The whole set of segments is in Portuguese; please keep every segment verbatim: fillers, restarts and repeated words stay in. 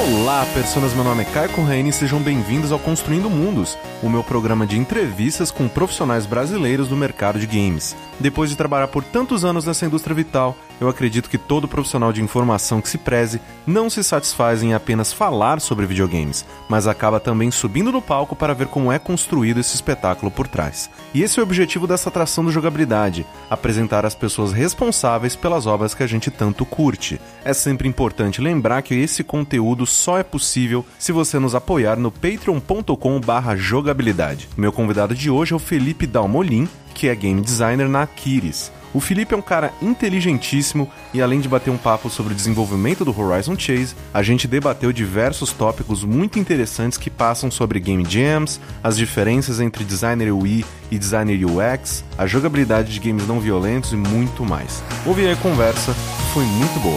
Olá, personas, meu nome é Caio Correia e sejam bem-vindos ao Construindo Mundos, o meu programa de entrevistas com profissionais brasileiros do mercado de games. Depois de trabalhar por tantos anos nessa indústria vital, eu acredito que todo profissional de informação que se preze não se satisfaz em apenas falar sobre videogames, mas acaba também subindo no palco para ver como é construído esse espetáculo por trás. E esse é o objetivo dessa atração da jogabilidade, apresentar as pessoas responsáveis pelas obras que a gente tanto curte. É sempre importante lembrar que esse conteúdo só é possível se você nos apoiar no patreon ponto com barra jogabilidade. Meu convidado de hoje é o Felipe Dalmolin, que é game designer na Aquiris. O Felipe é um cara inteligentíssimo e, além de bater um papo sobre o desenvolvimento do Horizon Chase, a gente debateu diversos tópicos muito interessantes que passam sobre game jams, as diferenças entre designer U I e designer U X, a jogabilidade de games não violentos e muito mais. Ouvi aí a conversa, foi muito boa.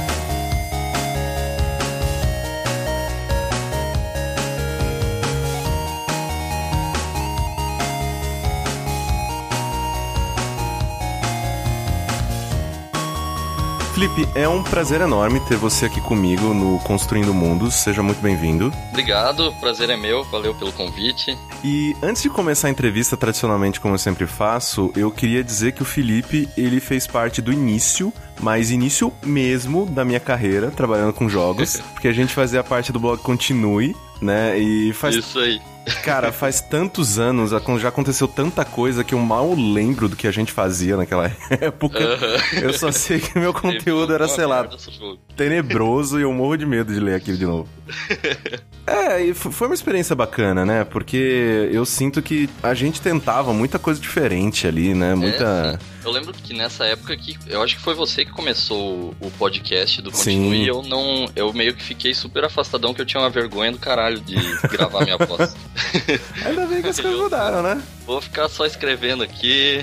Felipe, é um prazer enorme ter você aqui comigo no Construindo Mundos. Seja muito bem-vindo. Obrigado, o prazer é meu, valeu pelo convite. E antes de começar a entrevista, tradicionalmente, como eu sempre faço, eu queria dizer que o Felipe, ele fez parte do início, mas início mesmo da minha carreira, trabalhando com jogos, porque a gente fazia parte do blog Continue, né, e faz... Isso aí. Cara, faz tantos anos, já aconteceu tanta coisa que eu mal lembro do que a gente fazia naquela época. Uh-huh. Eu só sei que meu conteúdo era, sei lá, tenebroso e eu morro de medo de ler aquilo de novo. É, e foi uma experiência bacana, né? Porque eu sinto que a gente tentava muita coisa diferente ali, né? Muita... É, eu lembro que nessa época que eu acho que foi você que começou o podcast do Continue e eu não, eu meio que fiquei super afastadão, que eu tinha uma vergonha do caralho de gravar minha voz. Ainda bem que as coisas mudaram, né? Vou ficar só escrevendo aqui.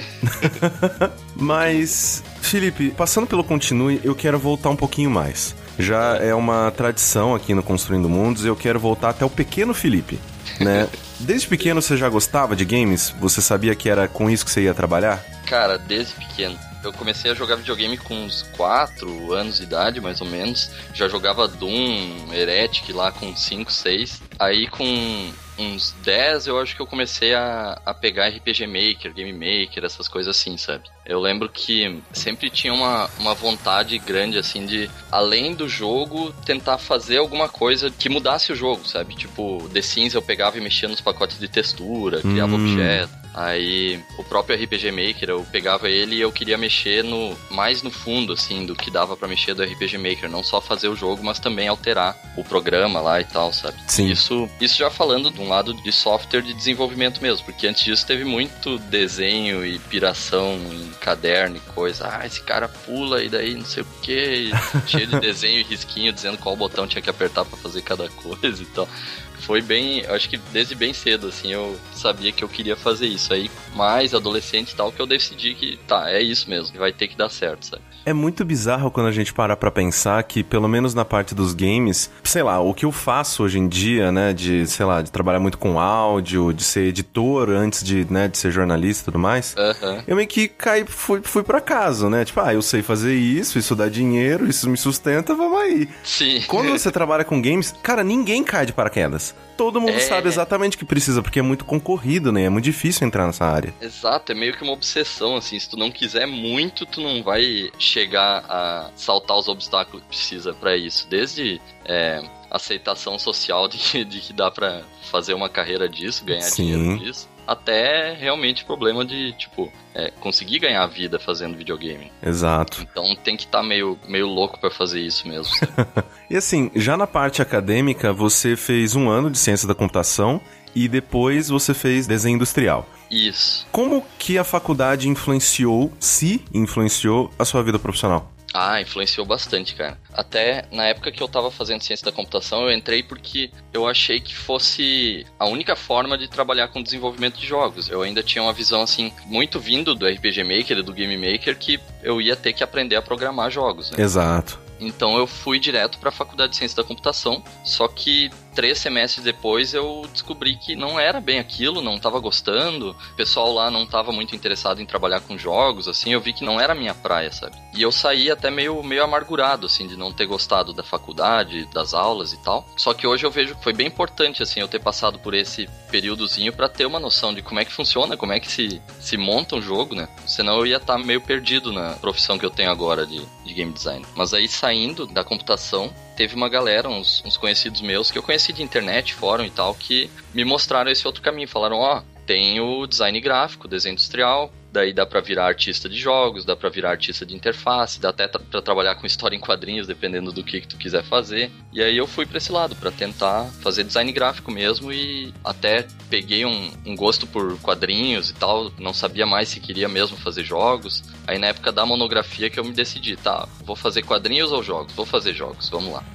Mas, Felipe, passando pelo Continue, eu quero voltar um pouquinho mais. Já é uma tradição aqui no Construindo Mundos, eu quero voltar até o pequeno Felipe, né? Desde pequeno você já gostava de games? Você sabia que era com isso que você ia trabalhar? Cara, desde pequeno. Eu comecei a jogar videogame com uns quatro anos de idade, mais ou menos. Já jogava Doom, Heretic lá com cinco, seis. Aí com uns dez eu acho que eu comecei a, a pegar R P G Maker, Game Maker, essas coisas assim, sabe? Eu lembro que sempre tinha uma, uma vontade grande, assim, de, além do jogo, tentar fazer alguma coisa que mudasse o jogo, sabe? Tipo, The Sims eu pegava e mexia nos pacotes de textura, criava hum. objetos. Aí, o próprio R P G Maker, eu pegava ele e eu queria mexer no, mais no fundo, assim, do que dava pra mexer do R P G Maker. Não só fazer o jogo, mas também alterar o programa lá e tal, sabe? Sim. Isso, isso já falando de um lado de software de desenvolvimento mesmo, porque antes disso teve muito desenho e piração em caderno e coisa. Ah, esse cara pula e daí não sei o que, cheio de desenho e risquinho dizendo qual botão tinha que apertar pra fazer cada coisa e tal. Foi bem, acho que desde bem cedo, assim, eu sabia que eu queria fazer isso. Aí, mais adolescente e tal, que eu decidi que, tá, é isso mesmo, vai ter que dar certo, sabe? É muito bizarro quando a gente para pra pensar que, pelo menos na parte dos games, sei lá, o que eu faço hoje em dia, né, de, sei lá, de trabalhar muito com áudio, de ser editor antes de, né, de ser jornalista e tudo mais, uhum. eu meio que caí, fui, fui por acaso, né, tipo, ah, eu sei fazer isso, isso dá dinheiro, isso me sustenta, vamos aí. Sim. Quando você trabalha com games, cara, ninguém cai de paraquedas. Todo mundo é... sabe exatamente o que precisa, porque é muito concorrido, né? É muito difícil entrar nessa área. Exato, é meio que uma obsessão, assim. Se tu não quiser muito, tu não vai chegar a saltar os obstáculos que precisa pra isso. Desde é, aceitação social de que, de que dá pra fazer uma carreira disso, ganhar Sim. dinheiro disso, até realmente problema de, tipo, é, conseguir ganhar vida fazendo videogame. Exato. Então tem que estar tá meio, meio louco pra fazer isso mesmo. E assim, já na parte acadêmica, você fez um ano de ciência da computação e depois você fez desenho industrial. Isso. Como que a faculdade influenciou, se influenciou, a sua vida profissional? Ah, influenciou bastante, cara. Até na época que eu tava fazendo ciência da computação, eu entrei porque eu achei que fosse a única forma de trabalhar com desenvolvimento de jogos. Eu ainda tinha uma visão, assim, muito vindo do R P G Maker e do Game Maker, que eu ia ter que aprender a programar jogos, né? Exato. Então eu fui direto para a Faculdade de Ciência da Computação, só que três semestres depois eu descobri que não era bem aquilo, não tava gostando, o pessoal lá não tava muito interessado em trabalhar com jogos, assim, eu vi que não era a minha praia, sabe? E eu saí até meio, meio amargurado, assim, de não ter gostado da faculdade, das aulas e tal. Só que hoje eu vejo que foi bem importante, assim, eu ter passado por esse períodozinho pra ter uma noção de como é que funciona, como é que se, se monta um jogo, né? Senão eu ia estar meio perdido na profissão que eu tenho agora de, de game design. Mas aí, saindo da computação, teve uma galera, uns, uns conhecidos meus, que eu conheci de internet, fórum e tal, que me mostraram esse outro caminho. Falaram, ó, oh, tem o design gráfico, desenho industrial, daí dá pra virar artista de jogos, dá pra virar artista de interface, dá até tra- pra trabalhar com história em quadrinhos, dependendo do que, que tu quiser fazer. E aí eu fui pra esse lado, pra tentar fazer design gráfico mesmo, e até peguei um, um gosto por quadrinhos e tal, não sabia mais se queria mesmo fazer jogos. Aí na época da monografia que eu me decidi, tá, vou fazer quadrinhos ou jogos? Vou fazer jogos, vamos lá.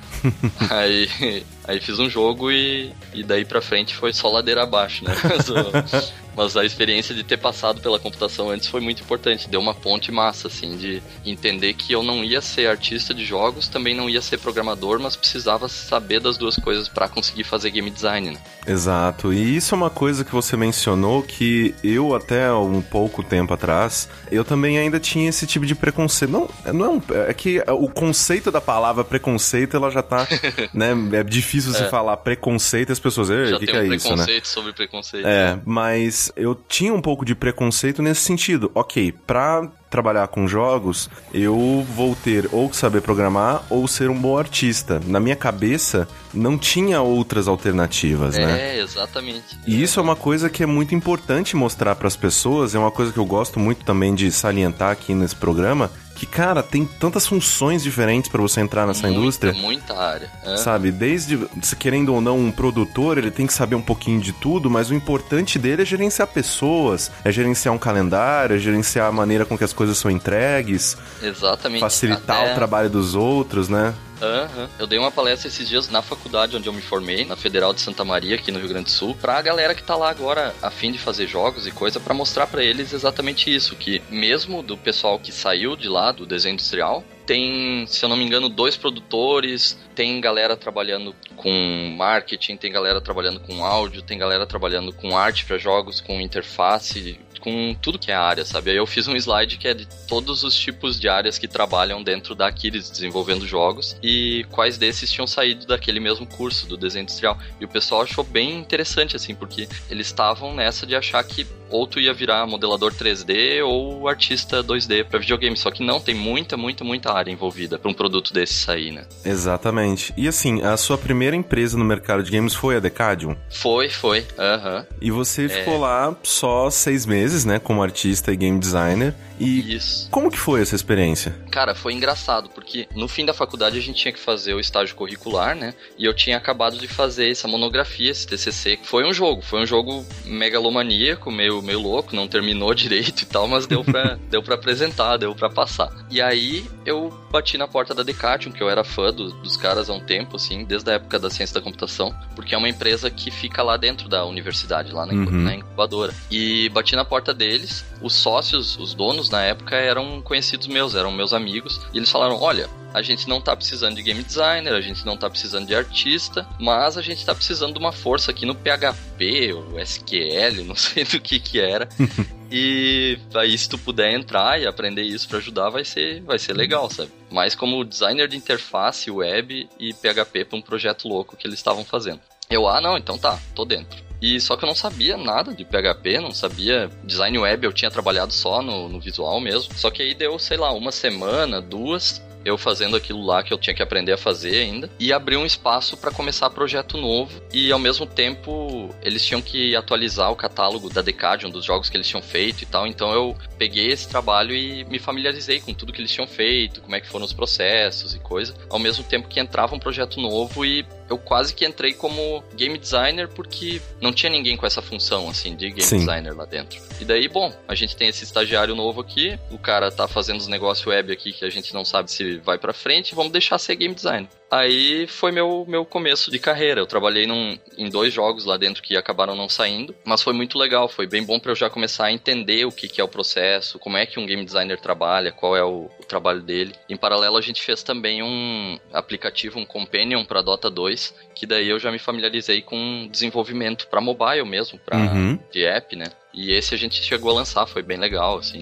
aí, aí fiz um jogo e, e daí pra frente foi só ladeira abaixo, né? Mas, o, mas a experiência de ter passado pela computação antes foi muito importante, deu uma ponte massa, assim, de entender que eu não ia ser artista de jogos, também não ia ser programador, mas precisava saber das duas coisas pra conseguir fazer game design, né? Exato, e isso é uma coisa que você mencionou que eu até um pouco tempo atrás, eu também ainda tinha esse tipo de preconceito. Não, não é, um, é que o conceito da palavra preconceito, ela já tá, né, é difícil você é. falar preconceito e as pessoas, ei, o que, que é um isso, né? preconceito sobre preconceito. É, né? Mas eu tinha um pouco de preconceito nesse sentido. Ok, pra trabalhar com jogos, eu vou ter ou que saber programar ou ser um bom artista. Na minha cabeça, não tinha outras alternativas, é, né? É, exatamente. E isso é uma coisa que é muito importante mostrar para as pessoas, é uma coisa que eu gosto muito também de salientar aqui nesse programa, que, cara, tem tantas funções diferentes para você entrar nessa muita, indústria. Muita área. É. Sabe, desde, se querendo ou não, um produtor, ele tem que saber um pouquinho de tudo, mas o importante dele é gerenciar pessoas, é gerenciar um calendário, é gerenciar a maneira com que as coisas são entregues. Exatamente. Facilitar Até... o trabalho dos outros, né? Uhum. Eu dei uma palestra esses dias na faculdade onde eu me formei, na Federal de Santa Maria, aqui no Rio Grande do Sul, pra galera que tá lá agora a fim de fazer jogos e coisa, pra mostrar pra eles exatamente isso, que mesmo do pessoal que saiu de lá, do desenho industrial, tem, se eu não me engano, dois produtores, tem galera trabalhando com marketing, tem galera trabalhando com áudio, tem galera trabalhando com arte pra jogos, com interface, com tudo que é área, sabe? Aí eu fiz um slide que é de todos os tipos de áreas que trabalham dentro da Aquiles desenvolvendo jogos e quais desses tinham saído daquele mesmo curso do desenho industrial. E o pessoal achou bem interessante, assim, porque eles estavam nessa de achar que ou tu ia virar modelador três D ou artista dois D pra videogame, só que não, tem muita, muita, muita área envolvida pra um produto desse sair, né? Exatamente. E assim, a sua primeira empresa no mercado de games foi a Decadium? Foi, foi, aham. Uhum. E você ficou é... lá só seis meses, né, como artista e game designer. E isso. Como que foi essa experiência? Cara, foi engraçado, porque no fim da faculdade a gente tinha que fazer o estágio curricular, né? E eu tinha acabado de fazer essa monografia, esse T C C. Foi um jogo, foi um jogo megalomaníaco, meio, meio louco, não terminou direito e tal, mas deu pra, deu pra apresentar, deu pra passar. E aí eu bati na porta da Decadium, que eu era fã do, dos caras há um tempo, assim, desde a época da ciência da computação, porque é uma empresa que fica lá dentro da universidade, lá na, uhum. na incubadora. E bati na porta deles, os sócios, os donos na época eram conhecidos meus, eram meus amigos, e eles falaram, olha, a gente não tá precisando de game designer, a gente não tá precisando de artista, mas a gente tá precisando de uma força aqui no P H P, ou S Q L, não sei do que que era. E aí se tu puder entrar e aprender isso pra ajudar, vai ser, vai ser legal, sabe? Mas como designer de interface, web e P H P pra um projeto louco que eles estavam fazendo. Eu, ah não, então tá, tô dentro. E só que eu não sabia nada de P H P, não sabia design web, eu tinha trabalhado só no, no visual mesmo. Só que aí deu, sei lá, uma semana, duas, eu fazendo aquilo lá que eu tinha que aprender a fazer ainda, e abriu um espaço para começar projeto novo, e ao mesmo tempo eles tinham que atualizar o catálogo da Decadium, dos jogos que eles tinham feito e tal, então eu peguei esse trabalho e me familiarizei com tudo que eles tinham feito, como é que foram os processos e coisa, ao mesmo tempo que entrava um projeto novo e eu quase que entrei como game designer porque não tinha ninguém com essa função, assim, de game Sim. designer lá dentro. E daí, bom, a gente tem esse estagiário novo aqui, o cara tá fazendo os negócios web aqui que a gente não sabe se vai pra frente, vamos deixar ser game designer. Aí foi meu, meu começo de carreira. Eu trabalhei num, em dois jogos lá dentro que acabaram não saindo, mas foi muito legal, foi bem bom pra eu já começar a entender o que, que é o processo, como é que um game designer trabalha, qual é o, o trabalho dele. Em paralelo, a gente fez também um aplicativo, um companion pra Dota dois, que daí eu já me familiarizei com desenvolvimento pra mobile mesmo, pra, uhum. de app, né? E esse a gente chegou a lançar, foi bem legal, assim.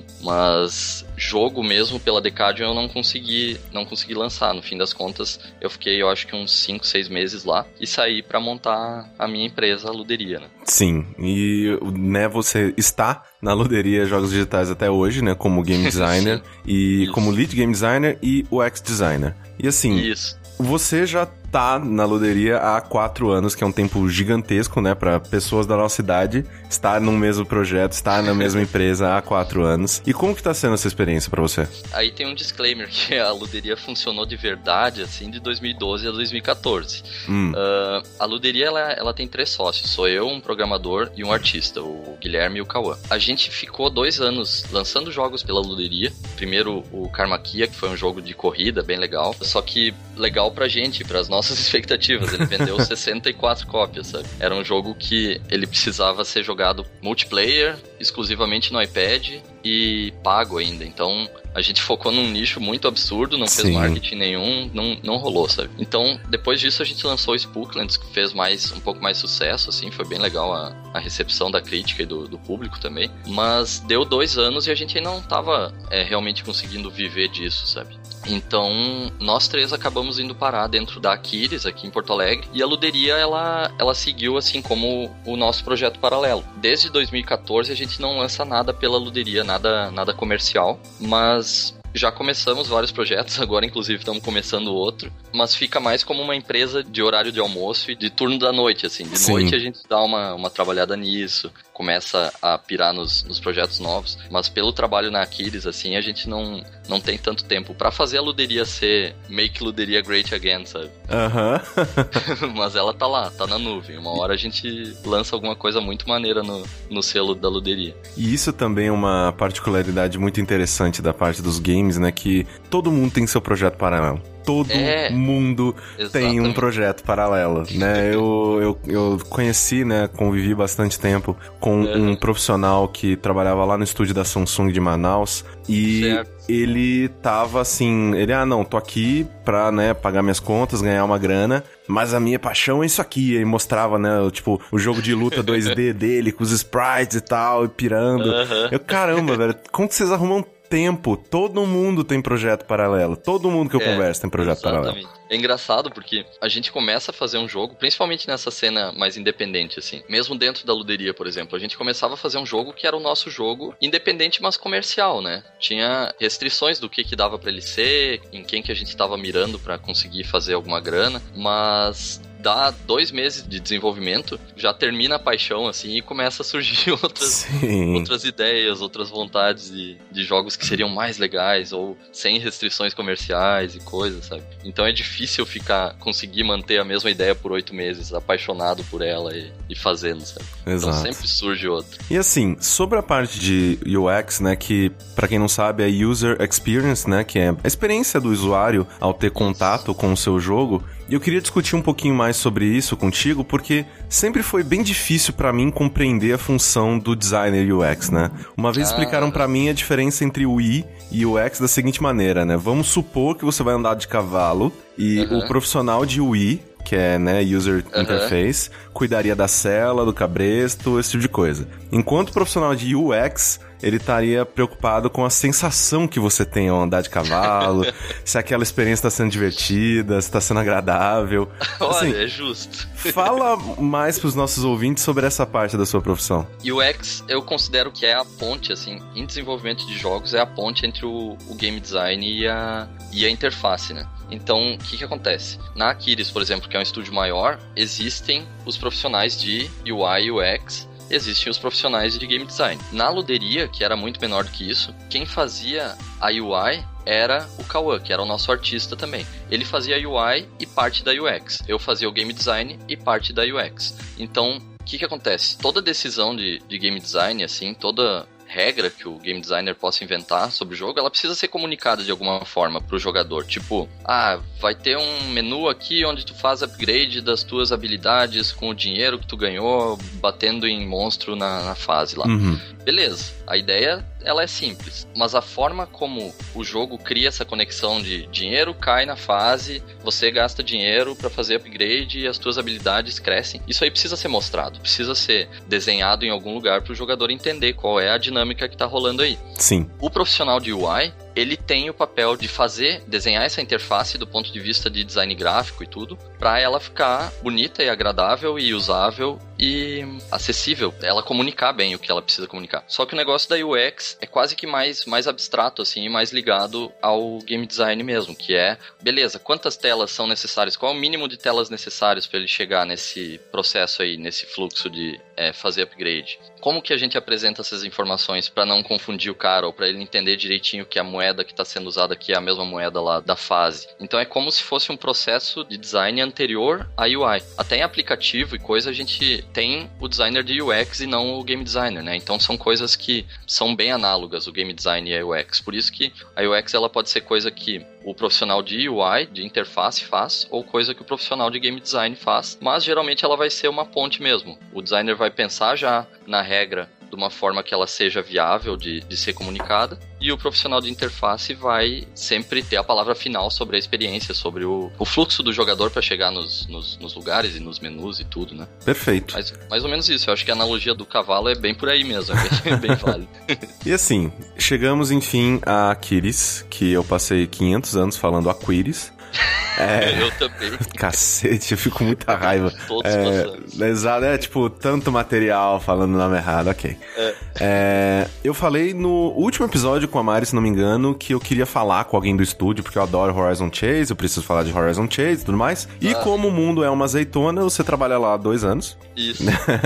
Mas jogo mesmo pela Decadium eu não consegui, não consegui lançar. No fim das contas, eu fiquei, eu acho que uns cinco, seis meses lá e saí pra montar a minha empresa, a Luderia, né? Sim, e né, você está na Luderia Jogos Digitais até hoje, né? Como game designer e Isso. como lead game designer e U X designer. E assim, Isso. você já tá na Luderia há quatro anos, que é um tempo gigantesco, né, para pessoas da nossa idade estar no mesmo projeto, estar na mesma empresa há quatro anos. E como que tá sendo essa experiência para você? Aí tem um disclaimer que a Luderia funcionou de verdade, assim, de dois mil e doze a dois mil e catorze. Hum. Uh, a Luderia, ela, ela tem três sócios. Sou eu, um programador e um artista, o Guilherme e o Cauã. A gente ficou dois anos lançando jogos pela Luderia. Primeiro o Karmakia, que foi um jogo de corrida bem legal. Só que legal pra gente, pras nossas expectativas. Ele vendeu sessenta e quatro cópias, sabe? Era um jogo que ele precisava ser jogado multiplayer, exclusivamente no iPad e pago ainda. Então a gente focou num nicho muito absurdo, não fez Sim. marketing nenhum, não, não rolou, sabe? Então, depois disso a gente lançou o Spooklands, que fez mais, um pouco mais sucesso, assim, foi bem legal a, a recepção da crítica e do, do público também. Mas deu dois anos e a gente ainda não tava é, realmente conseguindo viver disso, sabe? Então, nós três acabamos indo parar dentro da Aquiles, aqui em Porto Alegre, e a Luderia, ela, ela seguiu assim como o nosso projeto paralelo. Desde dois mil e catorze a gente não lança nada pela Luderia, nada, nada comercial, mas já começamos vários projetos, agora inclusive estamos começando outro, mas fica mais como uma empresa de horário de almoço e de turno da noite, assim. De Sim. noite a gente dá uma, uma trabalhada nisso, começa a pirar nos, nos projetos novos, mas pelo trabalho na Aquiles, assim, a gente não, não tem tanto tempo pra fazer a Luderia ser Make Luderia Great Again, sabe? Aham. Uhum. Mas ela tá lá, tá na nuvem. Uma hora a gente lança alguma coisa muito maneira no, no selo da Luderia. E isso também é uma particularidade muito interessante da parte dos games, né? Que todo mundo tem seu projeto paralelo. Todo é, mundo exatamente. tem um projeto paralelo, né? Eu, eu, eu conheci, né? Convivi bastante tempo com é. um profissional que trabalhava lá no estúdio da Samsung de Manaus e certo. Ele tava assim, ele, ah não, tô aqui pra, né, pagar minhas contas, ganhar uma grana, mas a minha paixão é isso aqui. Ele mostrava, né, tipo, o jogo de luta dois D dele, com os sprites e tal, e pirando. Uh-huh. Eu, caramba, velho, como que vocês arrumam tempo? Todo mundo tem projeto paralelo. Todo mundo que eu é, converso tem projeto exatamente. paralelo. É engraçado porque a gente começa a fazer um jogo, principalmente nessa cena mais independente, assim. Mesmo dentro da Luderia, por exemplo, a gente começava a fazer um jogo que era o nosso jogo independente, mas comercial, né? Tinha restrições do que que dava pra ele ser, em quem que a gente tava mirando pra conseguir fazer alguma grana, mas dá dois meses de desenvolvimento, já termina a paixão, assim, e começa a surgir outras, outras ideias, outras vontades de, de jogos que seriam mais legais, ou sem restrições comerciais e coisas, sabe? Então é difícil ficar, conseguir manter a mesma ideia por oito meses, apaixonado por ela e, e fazendo, sabe? Exato. Então sempre surge outra. E assim, sobre a parte de U X, né, que pra quem não sabe é User Experience, né, que é a experiência do usuário ao ter contato com o seu jogo. E eu queria discutir um pouquinho mais sobre isso contigo, porque sempre foi bem difícil pra mim compreender a função do designer U X, né? Uma vez ah. explicaram pra mim a diferença entre o I e o U X da seguinte maneira, né? Vamos supor que você vai andar de cavalo e uh-huh. o profissional de U I, que é, né, User uh-huh. Interface, cuidaria da sela, do cabresto, esse tipo de coisa. Enquanto o profissional de U X, ele estaria preocupado com a sensação que você tem ao andar de cavalo, se aquela experiência está sendo divertida, se está sendo agradável. Olha, assim, é justo. Fala mais para os nossos ouvintes sobre essa parte da sua profissão. U X, eu considero que é a ponte, assim, em desenvolvimento de jogos, é a ponte entre o, o game design e a, e a interface, né? Então, o que que acontece? Na Aquiles, por exemplo, que é um estúdio maior, existem os profissionais de U I e U X, existem os profissionais de game design. Na Luderia, que era muito menor do que isso, quem fazia a U I era o Cauã, que era o nosso artista também. Ele fazia a U I e parte da U X. Eu fazia o game design e parte da U X. Então, o que que acontece? Toda decisão de, de game design, assim, toda regra que o game designer possa inventar sobre o jogo, ela precisa ser comunicada de alguma forma pro jogador. Tipo, ah, vai ter um menu aqui onde tu faz upgrade das tuas habilidades com o dinheiro que tu ganhou batendo em monstro na, na fase lá. Uhum. Beleza. A ideia ela é simples, mas a forma como o jogo cria essa conexão de dinheiro cai na fase, você gasta dinheiro pra fazer upgrade e as tuas habilidades crescem. Isso aí precisa ser mostrado, precisa ser desenhado em algum lugar pro jogador entender qual é a dinâmica que tá rolando aí. Sim. O profissional de U I, ele tem o papel de fazer, desenhar essa interface do ponto de vista de design gráfico e tudo, para ela ficar bonita e agradável e usável e acessível, ela comunicar bem o que ela precisa comunicar. Só que o negócio da U X é quase que mais, mais abstrato, assim, mais ligado ao game design mesmo, que é, beleza, quantas telas são necessárias, qual é o mínimo de telas necessárias para ele chegar nesse processo aí, nesse fluxo de é, fazer upgrade. Como que a gente apresenta essas informações para não confundir o cara ou para ele entender direitinho que a moeda que está sendo usada aqui é a mesma moeda lá da fase. Então é como se fosse um processo de design anterior à U I. Até em aplicativo e coisa a gente tem o designer de U X e não o game designer, né? Então são coisas que são bem análogas, o game design e a U X. Por isso que a U X ela pode ser coisa que o profissional de U I, de interface faz, ou coisa que o profissional de game design faz, mas geralmente ela vai ser uma ponte mesmo. O designer vai pensar já na regra de uma forma que ela seja viável de, de ser comunicada, e o profissional de interface vai sempre ter a palavra final sobre a experiência, sobre o, o fluxo do jogador para chegar nos, nos, nos lugares e nos menus e tudo, né? Perfeito. Mas, mais ou menos isso, eu acho que a analogia do cavalo é bem por aí mesmo, é bem, bem válido. E assim, chegamos enfim a Aquiles, que eu passei quinhentos anos falando Aquiles. É... Eu também. Cacete, eu fico com muita raiva. Todos é... passamos. Exato, é tipo, tanto material falando o nome errado, ok. É. É... Eu falei no último episódio com a Mari, se não me engano, que eu queria falar com alguém do estúdio, porque eu adoro Horizon Chase, eu preciso falar de Horizon Chase e tudo mais. E ah. como o mundo é uma azeitona, você trabalha lá há dois anos. Isso.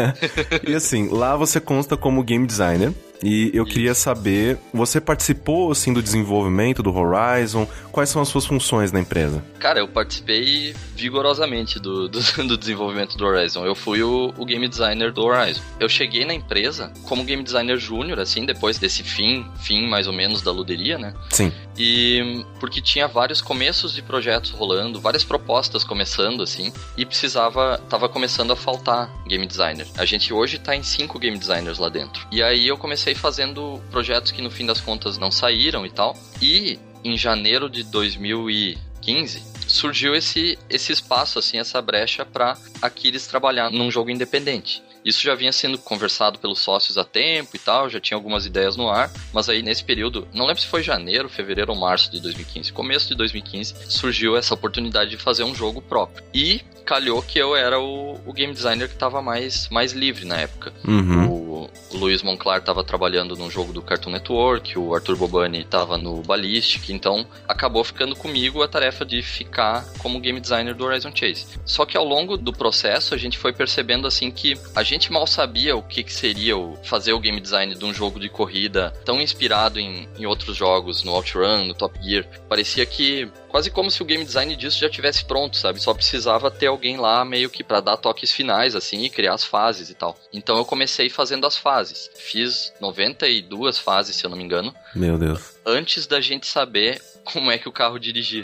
E assim, lá você consta como game designer. E eu Isso. queria saber, você participou, assim, do desenvolvimento do Horizon? Quais são as suas funções na empresa? Cara, eu participei vigorosamente do, do, do desenvolvimento do Horizon. Eu fui o, o game designer do Horizon. Eu cheguei na empresa como game designer júnior, assim, depois desse fim, fim mais ou menos da luderia, né? Sim. E porque tinha vários começos de projetos rolando, várias propostas começando, assim, e precisava, tava começando a faltar game designer. A gente hoje tá em cinco game designers lá dentro. E aí eu comecei fazendo projetos que no fim das contas não saíram e tal. E em janeiro de dois mil e quinze surgiu esse, esse espaço, assim, essa brecha para Aquiles trabalhar num jogo independente. Isso já vinha sendo conversado pelos sócios há tempo e tal, já tinha algumas ideias no ar, mas aí nesse período, não lembro se foi janeiro, fevereiro ou março de dois mil e quinze, começo de dois mil e quinze, surgiu essa oportunidade de fazer um jogo próprio. E calhou que eu era o, o game designer que estava mais, mais livre na época. Uhum. O, o Luiz Monclar estava trabalhando num jogo do Cartoon Network, o Arthur Bobani estava no Ballistic, então acabou ficando comigo a tarefa de ficar como game designer do Horizon Chase. Só que ao longo do processo a gente foi percebendo assim que a gente mal sabia o que, que seria o, fazer o game design de um jogo de corrida tão inspirado em, em outros jogos, no OutRun, no Top Gear. Parecia que quase como se o game design disso já tivesse pronto, sabe? Só precisava ter alguém lá meio que pra dar toques finais, assim, e criar as fases e tal. Então eu comecei fazendo as fases. Fiz noventa e duas fases, se eu não me engano. Meu Deus. Antes da gente saber como é que o carro dirigia.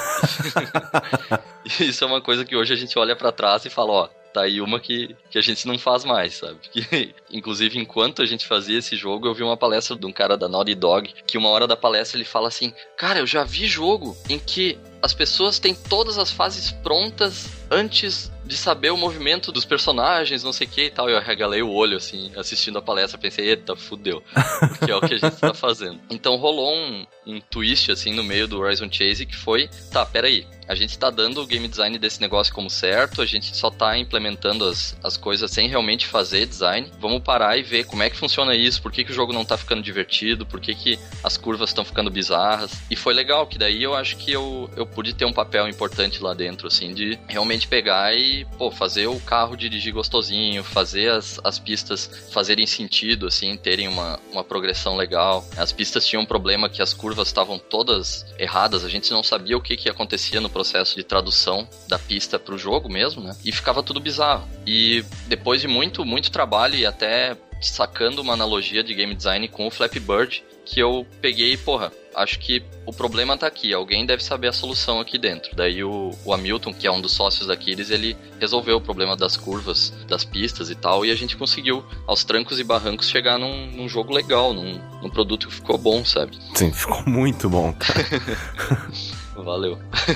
Isso é uma coisa que hoje a gente olha pra trás e fala, ó, tá aí uma que, que a gente não faz mais, sabe? Que, inclusive, enquanto a gente fazia esse jogo, eu vi uma palestra de um cara da Naughty Dog, que uma hora da palestra ele fala assim, cara, eu já vi jogo em que as pessoas têm todas as fases prontas antes de saber o movimento dos personagens, não sei o que e tal. Eu arregalei o olho, assim, assistindo a palestra, pensei, eita, fudeu, porque é o que a gente tá fazendo. Então rolou um, um twist, assim, no meio do Horizon Chase, que foi, tá, peraí, a gente tá dando o game design desse negócio como certo, a gente só tá implementando as, as coisas sem realmente fazer design, vamos parar e ver como é que funciona isso, por que que o jogo não tá ficando divertido, por que que as curvas estão ficando bizarras. E foi legal, que daí eu acho que eu, eu pude ter um papel importante lá dentro, assim, de realmente pegar e, pô, fazer o carro dirigir gostosinho, fazer as, as pistas fazerem sentido, assim, terem uma, uma progressão legal. As pistas tinham um problema que as curvas estavam todas erradas, a gente não sabia o que que acontecia no processo de tradução da pista pro jogo mesmo, né? E ficava tudo bizarro. E depois de muito, muito trabalho e até sacando uma analogia de game design com o Flappy Bird, que eu peguei, porra, acho que o problema tá aqui, alguém deve saber a solução aqui dentro. Daí o, o Hamilton, que é um dos sócios da Aquiles, ele resolveu o problema das curvas, das pistas e tal, e a gente conseguiu, aos trancos e barrancos, chegar num, num jogo legal, num, num produto que ficou bom, sabe? Sim, ficou muito bom, cara. Valeu.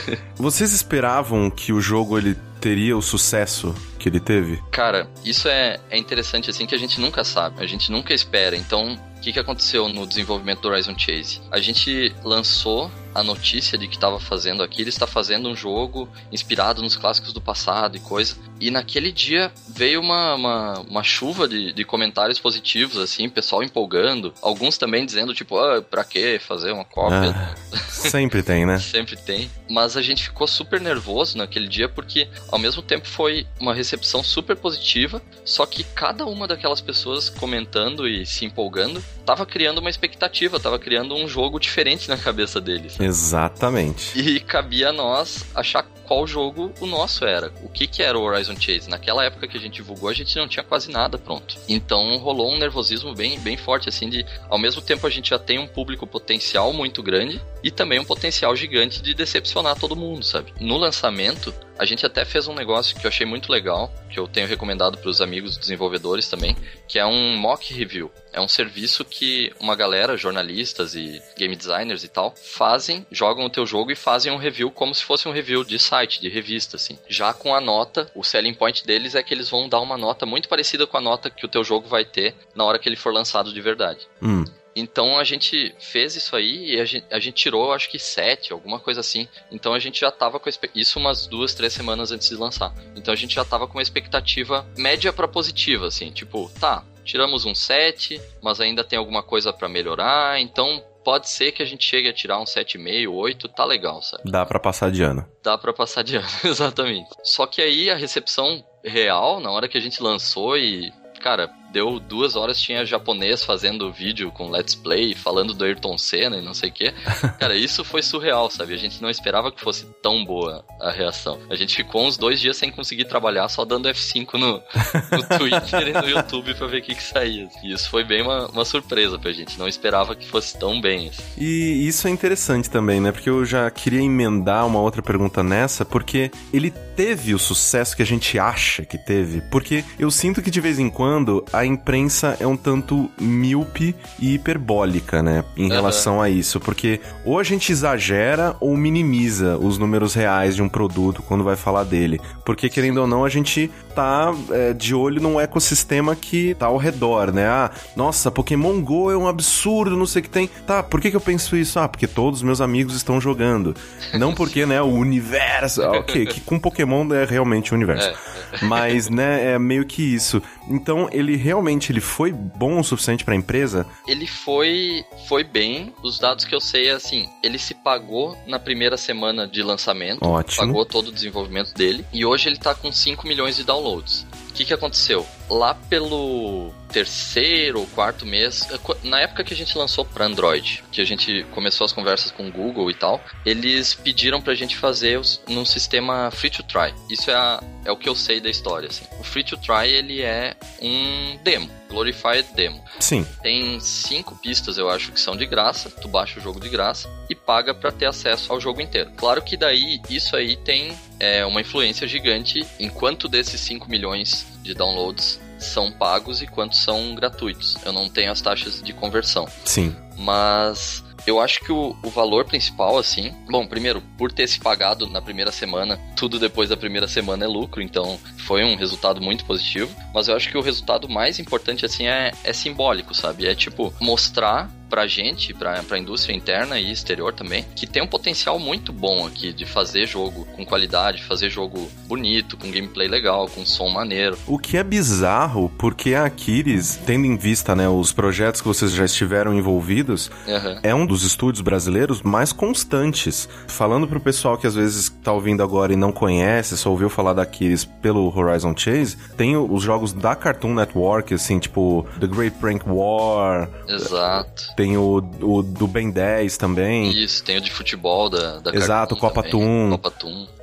Vocês esperavam que o jogo ele teria o sucesso que ele teve? Cara, isso é, é interessante assim, que a gente nunca sabe, a gente nunca espera. Então, o que, que aconteceu no desenvolvimento do Horizon Chase? A gente lançou a notícia de que estava fazendo aqui, ele está fazendo um jogo inspirado nos clássicos do passado e coisa, e naquele dia veio uma, uma, uma chuva de, de comentários positivos, assim, pessoal empolgando, alguns também dizendo, tipo, ah, pra que fazer uma cópia? Ah, sempre tem, né? Sempre tem, mas a gente ficou super nervoso naquele dia, porque ao mesmo tempo foi uma recepção super positiva, só que cada uma daquelas pessoas comentando e se empolgando, tava criando uma expectativa, tava criando um jogo diferente na cabeça deles. Exatamente. E cabia a nós achar qual jogo o nosso era. O que que era o Horizon Chase? Naquela época que a gente divulgou, a gente não tinha quase nada pronto. Então rolou um nervosismo bem, bem forte, assim, de ao mesmo tempo a gente já tem um público potencial muito grande e também um potencial gigante de decepcionar todo mundo, sabe? No lançamento, a gente até fez um negócio que eu achei muito legal, que eu tenho recomendado para os amigos desenvolvedores também, que é um mock review. É um serviço que uma galera, jornalistas e game designers e tal, fazem, jogam o teu jogo e fazem um review como se fosse um review de site, de revista, assim. Já com a nota, o selling point deles é que eles vão dar uma nota muito parecida com a nota que o teu jogo vai ter na hora que ele for lançado de verdade. Hum. Então a gente fez isso aí e a gente, a gente tirou, acho que sete, alguma coisa assim. Então a gente já tava com isso umas duas, três semanas antes de lançar. Então a gente já tava com uma expectativa média pra positiva, assim. Tipo, tá, tiramos um sete, mas ainda tem alguma coisa pra melhorar. Então pode ser que a gente chegue a tirar um sete vírgula cinco, oito, tá legal, sabe? Dá pra passar de ano. Dá pra passar de ano, exatamente. Só que aí a recepção real, na hora que a gente lançou e... Cara, deu duas horas, tinha japonês fazendo vídeo com Let's Play, falando do Ayrton Senna e não sei o quê. Cara, isso foi surreal, sabe? A gente não esperava que fosse tão boa a reação. A gente ficou uns dois dias sem conseguir trabalhar, só dando F cinco no, no Twitter e no YouTube pra ver o que que saía. E isso foi bem uma, uma surpresa pra gente. Não esperava que fosse tão bem. Assim. E isso é interessante também, né? Porque eu já queria emendar uma outra pergunta nessa, porque ele teve o sucesso que a gente acha que teve. Porque eu sinto que de vez em quando a imprensa é um tanto míope e hiperbólica, né, em uhum. relação a isso, porque ou a gente exagera ou minimiza os números reais de um produto quando vai falar dele, porque querendo ou não a gente tá é, de olho num ecossistema que tá ao redor, né, ah, nossa, Pokémon Go é um absurdo, não sei o que tem, tá, por que que eu penso isso? Ah, porque todos os meus amigos estão jogando, não porque, né, o universo, ok, que com Pokémon é realmente o universo, é. Mas, né, é meio que isso, então ele realmente ele foi bom o suficiente pra empresa? Ele foi, foi bem. Os dados que eu sei é assim, ele se pagou na primeira semana de lançamento. Ótimo. Pagou todo o desenvolvimento dele. E hoje ele tá com cinco milhões de downloads. O que que aconteceu? Lá pelo terceiro ou quarto mês, na época que a gente lançou para Android, que a gente começou as conversas com o Google e tal, eles pediram pra gente fazer os, num sistema free to try. Isso é, a, é o que eu sei da história, assim. O free to try, ele é um demo, glorified demo. Sim. Tem cinco pistas, eu acho, que são de graça, tu baixa o jogo de graça e paga pra ter acesso ao jogo inteiro. Claro que daí, isso aí tem é, uma influência gigante em quanto desses cinco milhões de downloads são pagos e quantos são gratuitos. Eu não tenho as taxas de conversão. Sim. Mas eu acho que o, o valor principal, assim... Bom, primeiro, por ter se pagado na primeira semana, tudo depois da primeira semana é lucro, então foi um resultado muito positivo. Mas eu acho que o resultado mais importante, assim, é, é simbólico, sabe? É, tipo, mostrar pra gente, pra, pra indústria interna e exterior também, que tem um potencial muito bom aqui de fazer jogo com qualidade, fazer jogo bonito, com gameplay legal, com som maneiro. O que é bizarro, porque a Aquiles, tendo em vista, né, os projetos que vocês já estiveram envolvidos, uhum. é um dos estúdios brasileiros mais constantes. Falando pro pessoal que às vezes tá ouvindo agora e não conhece, só ouviu falar da Aquiles pelo Horizon Chase, tem os jogos da Cartoon Network, assim, tipo The Great Prank War. Exato. Tem o, o do Ben dez também. Isso, tem o de futebol da, da Exato, Cartoon Copa também. Toon. Copa Toon.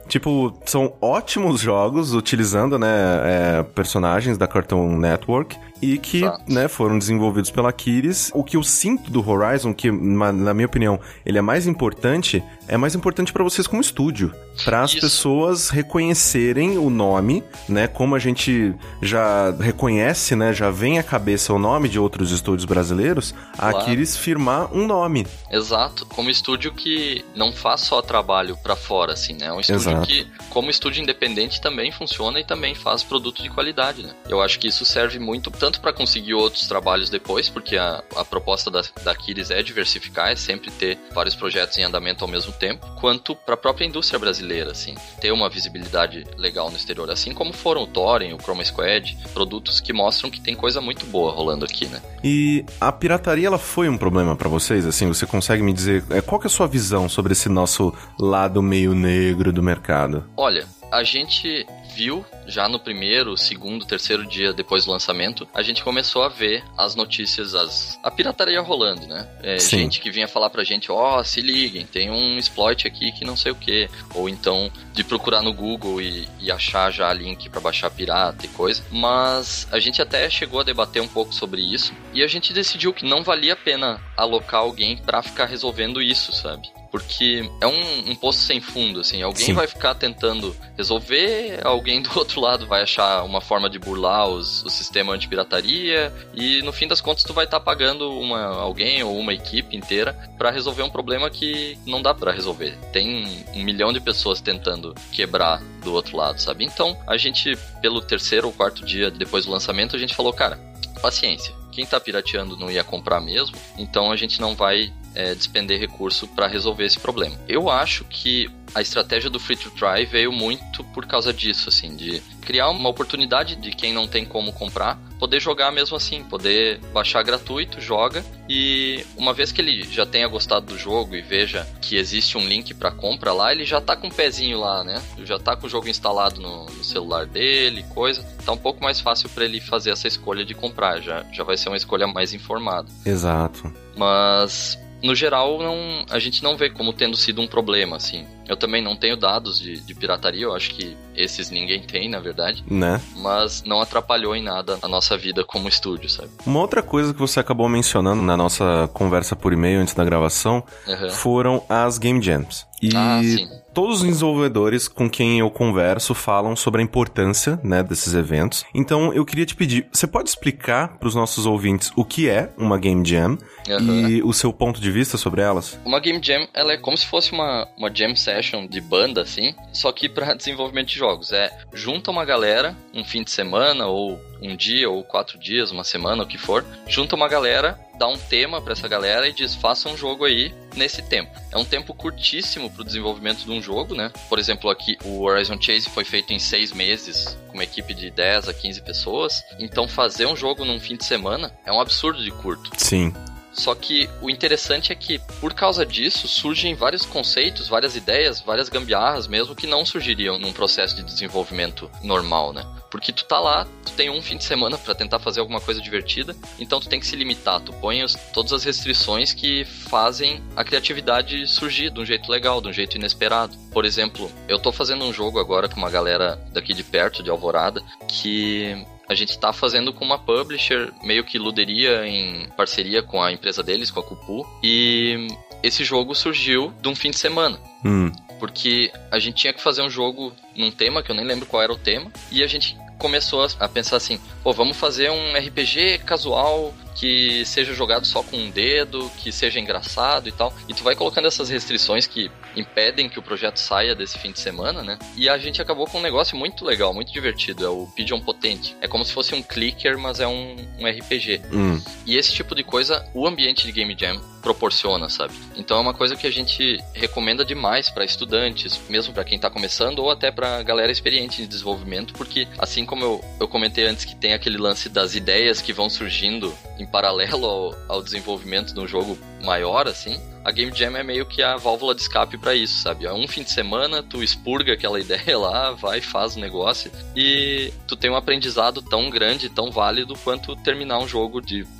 Tipo, são ótimos jogos utilizando, né, é, personagens da Cartoon Network e que, ah. né, foram desenvolvidos pela Aquiles. O que eu sinto do Horizon, que na minha opinião ele é mais importante, é mais importante pra vocês como estúdio, para as pessoas reconhecerem o nome, né, como a gente já reconhece, né, já vem à cabeça o nome de outros estúdios brasileiros, a claro. Aquiles firmar um nome. Exato, como estúdio que não faz só trabalho pra fora, assim, né, é um estúdio Exato. Que, como estúdio independente, também funciona e também faz produto de qualidade, né. Eu acho que isso serve muito, tanto para conseguir outros trabalhos depois, porque a, a proposta da, da Aquiles é diversificar, é sempre ter vários projetos em andamento ao mesmo tempo, quanto para a própria indústria brasileira, assim, ter uma visibilidade legal no exterior, assim como foram o Thorin, o Chroma Squad, produtos que mostram que tem coisa muito boa rolando aqui, né. E a pirataria, ela foi um problema para vocês? Assim, você consegue me dizer, qual que é a sua visão sobre esse nosso lado meio negro do mercado? Olha, a gente viu já no primeiro, segundo, terceiro dia depois do lançamento, a gente começou a ver as notícias, as, a pirataria rolando, né? É, gente que vinha falar pra gente, ó, oh, se liguem, tem um exploit aqui que não sei o que. Ou então de procurar no Google e, e achar já link pra baixar pirata e coisa. Mas a gente até chegou a debater um pouco sobre isso e a gente decidiu que não valia a pena alocar alguém pra ficar resolvendo isso, sabe? Porque é um, um poço sem fundo, assim. Alguém Sim. vai ficar tentando resolver, alguém do outro lado vai achar uma forma de burlar os, o sistema antipirataria e no fim das contas tu vai estar tá pagando uma, alguém ou uma equipe inteira para resolver um problema que não dá para resolver. Tem um milhão de pessoas tentando quebrar do outro lado, sabe? Então, a gente, pelo terceiro ou quarto dia depois do lançamento, a gente falou, cara, paciência. Quem tá pirateando não ia comprar mesmo, então a gente não vai é, despender recurso para resolver esse problema. Eu acho que a estratégia do Free to Try veio muito por causa disso, assim, de criar uma oportunidade de quem não tem como comprar, poder jogar mesmo assim, poder baixar gratuito, joga, e uma vez que ele já tenha gostado do jogo e veja que existe um link para compra lá, ele já tá com o pezinho lá, né? Já tá com o jogo instalado no, no celular dele, coisa, tá um pouco mais fácil para ele fazer essa escolha de comprar, já, já vai ser uma escolha mais informada. Exato. Mas no geral, não, a gente não vê como tendo sido um problema, assim. Eu também não tenho dados de, de pirataria, eu acho que esses ninguém tem, na verdade. Né? Mas não atrapalhou em nada a nossa vida como estúdio, sabe? Uma outra coisa que você acabou mencionando na nossa conversa por e-mail antes da gravação uhum. foram as Game Jams. E ah, sim. todos os desenvolvedores com quem eu converso falam sobre a importância, né, desses eventos. Então, eu queria te pedir, você pode explicar para os nossos ouvintes o que é uma Game Jam uhum. e o seu ponto de vista sobre elas? Uma Game Jam, ela é como se fosse uma, uma jam session de banda, assim, só que para desenvolvimento de jogos. É, junta uma galera, um fim de semana, ou um dia, ou quatro dias, uma semana, o que for, junta uma galera, dá um tema pra essa galera e diz, faça um jogo aí nesse tempo. É um tempo curtíssimo pro desenvolvimento de um jogo, né? Por exemplo, aqui o Horizon Chase foi feito em seis meses, com uma equipe de dez a quinze pessoas. Então fazer um jogo num fim de semana é um absurdo de curto. Sim. Só que o interessante é que, por causa disso, surgem vários conceitos, várias ideias, várias gambiarras mesmo, que não surgiriam num processo de desenvolvimento normal, né? Porque tu tá lá, tu tem um fim de semana pra tentar fazer alguma coisa divertida, então tu tem que se limitar, tu põe os, todas as restrições que fazem a criatividade surgir de um jeito legal, de um jeito inesperado. Por exemplo, eu tô fazendo um jogo agora com uma galera daqui de perto, de Alvorada, que a gente tá fazendo com uma publisher, meio que luderia em parceria com a empresa deles, com a Cupu, e esse jogo surgiu de um fim de semana. Hum. Porque a gente tinha que fazer um jogo num tema, que eu nem lembro qual era o tema, e a gente começou a pensar assim, pô, vamos fazer um R P G casual que seja jogado só com um dedo, que seja engraçado e tal. E tu vai colocando essas restrições que impedem que o projeto saia desse fim de semana, né? E a gente acabou com um negócio muito legal, muito divertido. É o Pigeon Potente. É como se fosse um clicker, mas é um, um R P G. Hum. E esse tipo de coisa, o ambiente de Game Jam proporciona, sabe? Então é uma coisa que a gente recomenda demais para estudantes, mesmo para quem tá começando, ou até pra galera experiente em desenvolvimento, porque assim como eu, eu comentei antes que tem aquele lance das ideias que vão surgindo em paralelo ao, ao desenvolvimento de um jogo maior, assim, a Game Jam é meio que a válvula de escape pra isso, sabe? É um fim de semana, tu expurga aquela ideia lá, vai, faz o negócio, e tu tem um aprendizado tão grande, tão válido, quanto terminar um jogo de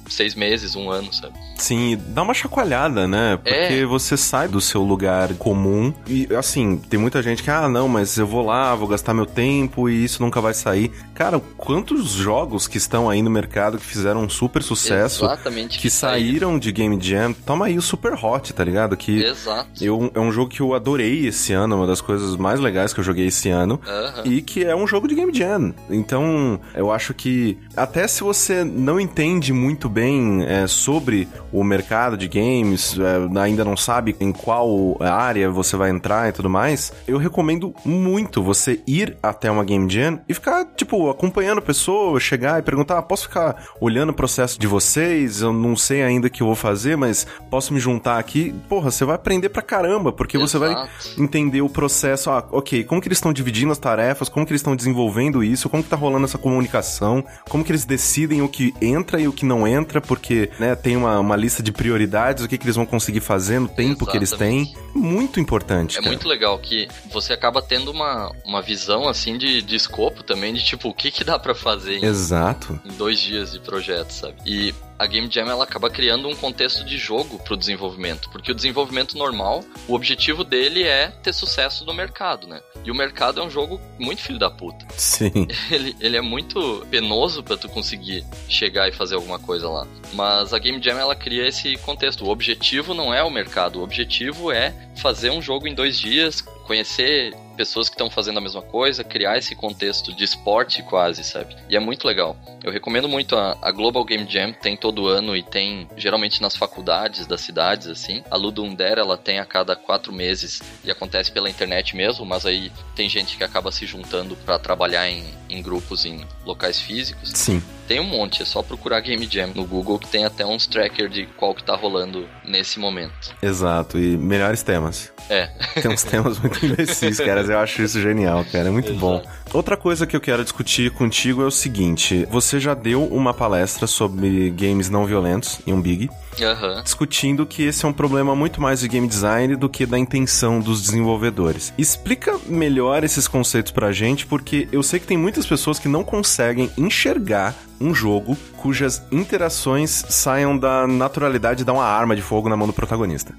seis meses, um ano, sabe? Sim, dá uma chacoalhada, né? Porque é. você sai do seu lugar comum e, assim, tem muita gente que, ah, não, mas eu vou lá, vou gastar meu tempo e isso nunca vai sair. Cara, quantos jogos que estão aí no mercado que fizeram um super sucesso, Exatamente, que, que saíram de Game Jam, toma aí o Super Hot, tá ligado? Que Exato. Eu, é um jogo que eu adorei esse ano, uma das coisas mais legais que eu joguei esse ano, uh-huh. e que é um jogo de Game Jam. Então, eu acho que, até se você não entende muito bem é, sobre o mercado de games, é, ainda não sabe em qual área você vai entrar e tudo mais, eu recomendo muito você ir até uma Game Jam e ficar, tipo, acompanhando pessoas, chegar e perguntar, ah, posso ficar olhando o processo de vocês? Eu não sei ainda o que eu vou fazer, mas posso me juntar aqui? Porra, você vai aprender pra caramba, porque Exato. Você vai entender o processo, ah, ok, como que eles estão dividindo as tarefas, como que eles estão desenvolvendo isso, como que tá rolando essa comunicação, como que eles decidem o que entra e o que não entra, porque, né, tem uma, uma lista de prioridades, o que que eles vão conseguir fazer no tempo Exatamente. Que eles têm. Muito importante, É cara. muito legal que você acaba tendo uma, uma visão, assim, de, de escopo também, de tipo, o que que dá pra fazer em, Exato. em dois dias de projeto, sabe? E a Game Jam, ela acaba criando um contexto de jogo pro desenvolvimento, porque o desenvolvimento normal, o objetivo dele é ter sucesso no mercado, né? E o mercado é um jogo muito filho da puta. Sim. Ele, ele é muito penoso pra tu conseguir chegar e fazer alguma coisa lá. Mas a Game Jam, ela cria esse contexto. O objetivo não é o mercado, o objetivo é fazer um jogo em dois dias, conhecer pessoas que estão fazendo a mesma coisa, criar esse contexto de esporte quase, sabe? E é muito legal. Eu recomendo muito a, a Global Game Jam, tem todo ano e tem geralmente nas faculdades das cidades, assim. A Ludum Dare, ela tem a cada quatro meses e acontece pela internet mesmo, mas aí tem gente que acaba se juntando para trabalhar em, em grupos em locais físicos. Sim. Tem um monte, é só procurar Game Jam no Google que tem até uns tracker de qual que tá rolando nesse momento. Exato, e melhores temas. É. Tem uns temas muito imbecis, cara, eu acho isso genial, cara, é muito Exato. Bom. Outra coisa que eu quero discutir contigo é o seguinte, você já deu uma palestra sobre games não violentos em um Big, uhum. discutindo que esse é um problema muito mais de game design do que da intenção dos desenvolvedores. Explica melhor esses conceitos pra gente, porque eu sei que tem muitas pessoas que não conseguem enxergar um jogo cujas interações saiam da naturalidade de dar uma arma de fogo na mão do protagonista.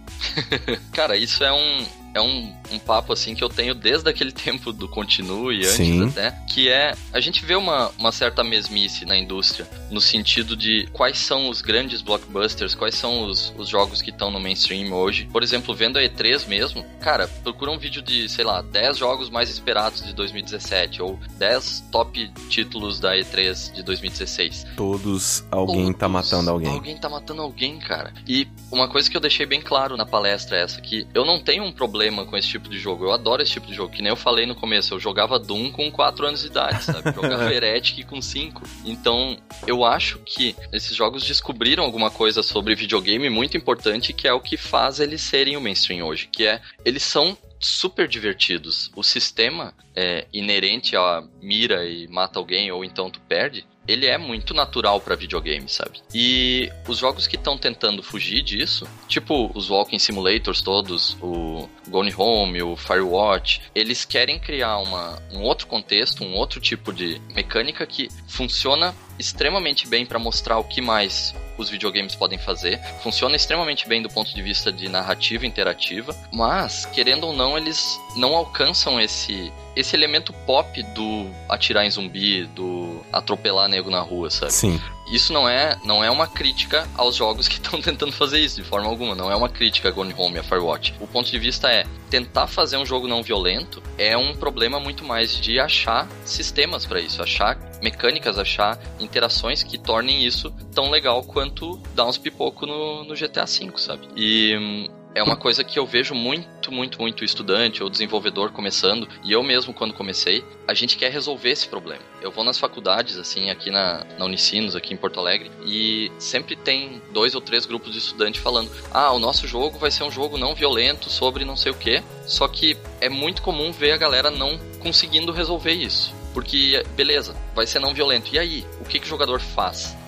Cara, isso é um... É um, um papo, assim, que eu tenho desde aquele tempo do Continue, antes Sim. até, que é, a gente vê uma, uma certa mesmice na indústria, no sentido de quais são os grandes blockbusters, quais são os, os jogos que estão no mainstream hoje. Por exemplo, vendo a E três mesmo, cara, procura um vídeo de, sei lá, dez jogos mais esperados de dois mil e dezessete, ou dez top títulos da E três de dois mil e dezesseis. Todos, alguém Todos, tá matando alguém. Alguém tá matando alguém, cara. E uma coisa que eu deixei bem claro na palestra é essa, que eu não tenho um problema com esse tipo de jogo, eu adoro esse tipo de jogo, que nem eu falei no começo, eu jogava Doom com quatro anos de idade, sabe? Jogava Heretic com cinco. Então, eu acho que esses jogos descobriram alguma coisa sobre videogame muito importante, que é o que faz eles serem o mainstream hoje, que é, eles são super divertidos. O sistema é inerente à mira e mata alguém, ou então tu perde, ele é muito natural pra videogame, sabe? E os jogos que estão tentando fugir disso, tipo os Walking Simulators todos, o Gone Home, o Firewatch, eles querem criar uma, um outro contexto, um outro tipo de mecânica que funciona extremamente bem pra mostrar o que mais os videogames podem fazer. Funciona extremamente bem do ponto de vista de narrativa interativa, mas, querendo ou não, eles não alcançam esse, esse elemento pop do atirar em zumbi, do atropelar nego na rua, sabe? Sim. Isso não é, não é uma crítica aos jogos que estão tentando fazer isso, de forma alguma. Não é uma crítica a Gone Home e a Firewatch. O ponto de vista é, tentar fazer um jogo não violento é um problema muito mais de achar sistemas pra isso, achar mecânicas, achar interações que tornem isso tão legal quanto dar uns pipoco no, no G T A cinco, sabe? E hum, é uma coisa que eu vejo muito, muito, muito estudante ou desenvolvedor começando, e eu mesmo quando comecei, a gente quer resolver esse problema. Eu vou nas faculdades, assim, aqui na, na Unicinos, aqui em Porto Alegre, e sempre tem dois ou três grupos de estudantes falando, ah, o nosso jogo vai ser um jogo não violento sobre não sei o quê, só que é muito comum ver a galera não conseguindo resolver isso. Porque, beleza, vai ser não violento. E aí? O que, que o jogador faz?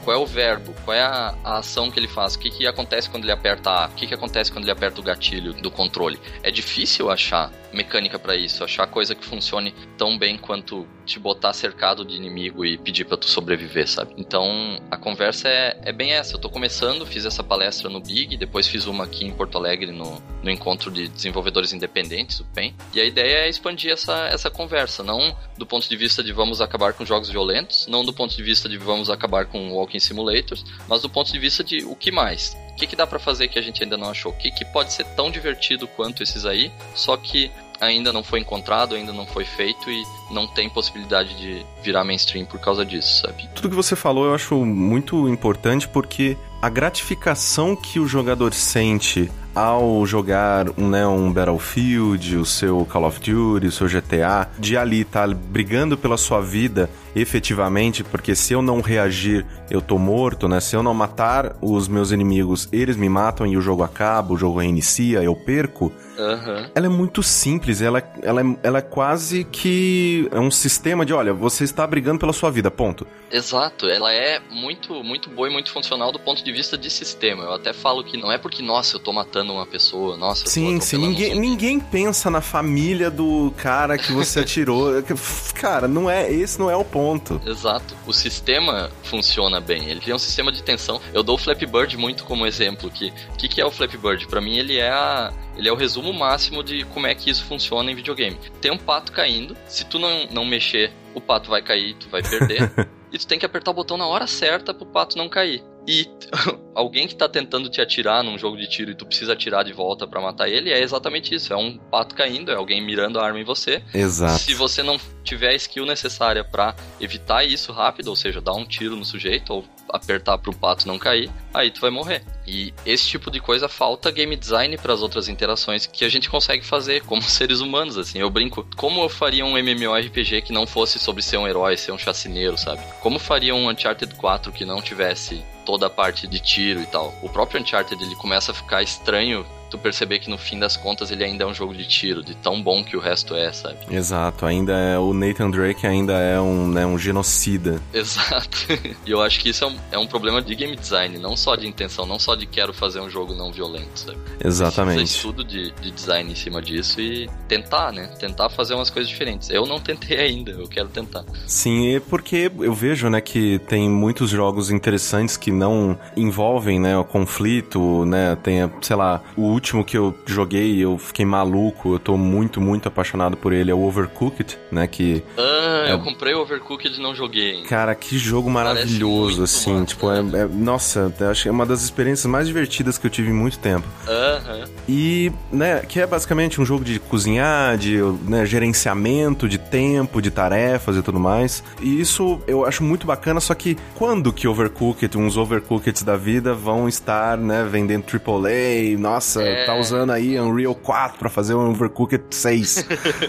qual é o verbo, qual é a, a ação que ele faz, o que, que acontece quando ele aperta A, o que, que acontece quando ele aperta o gatilho do controle. É difícil achar mecânica pra isso, achar coisa que funcione tão bem quanto te botar cercado de inimigo e pedir pra tu sobreviver, sabe? Então, a conversa é, é bem essa. Eu tô começando, fiz essa palestra no Big, depois fiz uma aqui em Porto Alegre no, no encontro de desenvolvedores independentes, o P E N. E a ideia é expandir essa, essa conversa, não do ponto de vista de vamos acabar com jogos violentos, não do ponto de vista de vamos acabar com walking simulators, mas do ponto de vista de o que mais? O que, que dá pra fazer que a gente ainda não achou? O que, que pode ser tão divertido quanto esses aí, só que ainda não foi encontrado, ainda não foi feito e não tem possibilidade de virar mainstream por causa disso, sabe? Tudo que você falou eu acho muito importante porque a gratificação que o jogador sente ao jogar um, né, um Battlefield, o seu Call of Duty, o seu G T A, de ali estar tá brigando pela sua vida efetivamente, porque se eu não reagir, eu tô morto, né? Se eu não matar os meus inimigos, eles me matam e o jogo acaba, o jogo reinicia, eu perco. Uhum. Ela é muito simples, ela, ela, é, ela é quase que é um sistema de, olha, você está brigando pela sua vida, ponto. Exato, ela é muito, muito boa e muito funcional do ponto de vista de sistema. Eu até falo que não é porque, nossa, eu tô matando uma pessoa, nossa, eu sim, tô sim, ninguém, um ninguém pensa na família do cara que você atirou. Cara, não é, esse não é o ponto. Exato, o sistema funciona bem, ele é um sistema de tensão. Eu dou o Flappy Bird muito como exemplo, que o que, que é o Flappy Bird? Pra mim ele é a... Ele é o resumo máximo de como é que isso funciona em videogame. Tem um pato caindo, se tu não, não mexer, o pato vai cair, tu vai perder. E tu tem que apertar o botão na hora certa pro pato não cair. E alguém que tá tentando te atirar num jogo de tiro e tu precisa atirar de volta pra matar ele, é exatamente isso. É um pato caindo, é alguém mirando a arma em você. Exato. Se você não tiver a skill necessária pra evitar isso rápido, ou seja, dar um tiro no sujeito ou apertar pro pato não cair, aí tu vai morrer. E esse tipo de coisa falta game design para as outras interações que a gente consegue fazer como seres humanos, assim. Eu brinco, como eu faria um MMORPG que não fosse sobre ser um herói, ser um chacineiro, sabe? Como faria um Uncharted quatro que não tivesse toda a parte de tiro e tal? O próprio Uncharted, ele começa a ficar estranho tu perceber que no fim das contas ele ainda é um jogo de tiro, de tão bom que o resto é, sabe? Exato, ainda é, o Nathan Drake ainda é um, né, um genocida. Exato. E eu acho que isso é um, é um problema de game design, não só de intenção, não só de quero fazer um jogo não violento, sabe? Exatamente. Fazer estudo de, de design em cima disso e tentar, né? Tentar fazer umas coisas diferentes. Eu não tentei ainda, eu quero tentar. Sim, é porque eu vejo, né, que tem muitos jogos interessantes que não envolvem, né, o conflito, né, tem, sei lá, o último que eu joguei, eu fiquei maluco, eu tô muito, muito apaixonado por ele, é o Overcooked, né, que... Ah, é... eu comprei o Overcooked e não joguei ainda. Cara, que jogo maravilhoso, assim, massa, tipo, é, é, nossa, acho que é uma das experiências mais divertidas que eu tive em muito tempo. Aham. Uh-huh. E, né, que é basicamente um jogo de cozinhar, de, né, gerenciamento de tempo, de tarefas e tudo mais, e isso eu acho muito bacana, só que quando que Overcooked, uns Overcookeds da vida vão estar, né, vendendo triplo A, nossa... É. Tá usando aí Unreal quatro pra fazer um Overcooked seis.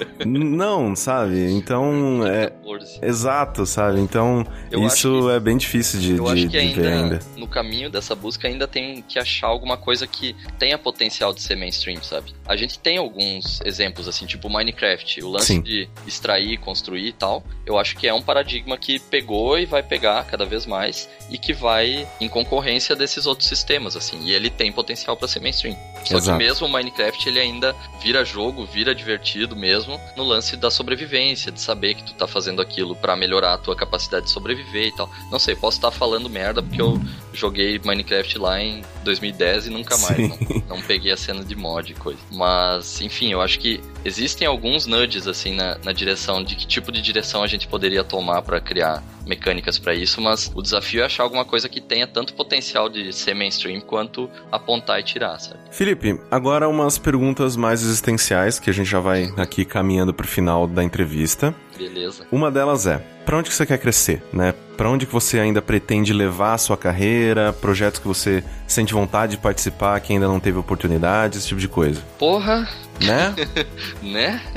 Não, sabe? Então, é... Exato, sabe? Então, eu isso é bem difícil de, eu de, acho que de ainda, ver ainda. No caminho dessa busca, ainda tem que achar alguma coisa que tenha potencial de ser mainstream, sabe? A gente tem alguns exemplos, assim, tipo Minecraft. O lance Sim. de extrair, construir e tal, eu acho que é um paradigma que pegou e vai pegar cada vez mais e que vai em concorrência desses outros sistemas, assim. E ele tem potencial pra ser mainstream. Só Exato. Que mesmo o Minecraft, ele ainda vira jogo, vira divertido mesmo, no lance da sobrevivência, de saber que tu tá fazendo aquilo pra melhorar a tua capacidade de sobreviver e tal. Não sei, posso estar falando merda porque eu joguei Minecraft lá em dois mil e dez e nunca mais, não, não peguei a cena de mod e coisa. Mas, enfim, eu acho que existem alguns nudges, assim, na, na direção de que tipo de direção a gente poderia tomar pra criar mecânicas pra isso, mas o desafio é achar alguma coisa que tenha tanto potencial de ser mainstream quanto apontar e tirar, sabe? Felipe, agora umas perguntas mais existenciais que a gente já vai aqui caminhando pro final da entrevista. Beleza. Uma delas é, pra onde que você quer crescer, né? Pra onde que você ainda pretende levar a sua carreira, projetos que você sente vontade de participar, que ainda não teve oportunidade, esse tipo de coisa. Porra! Né? Né?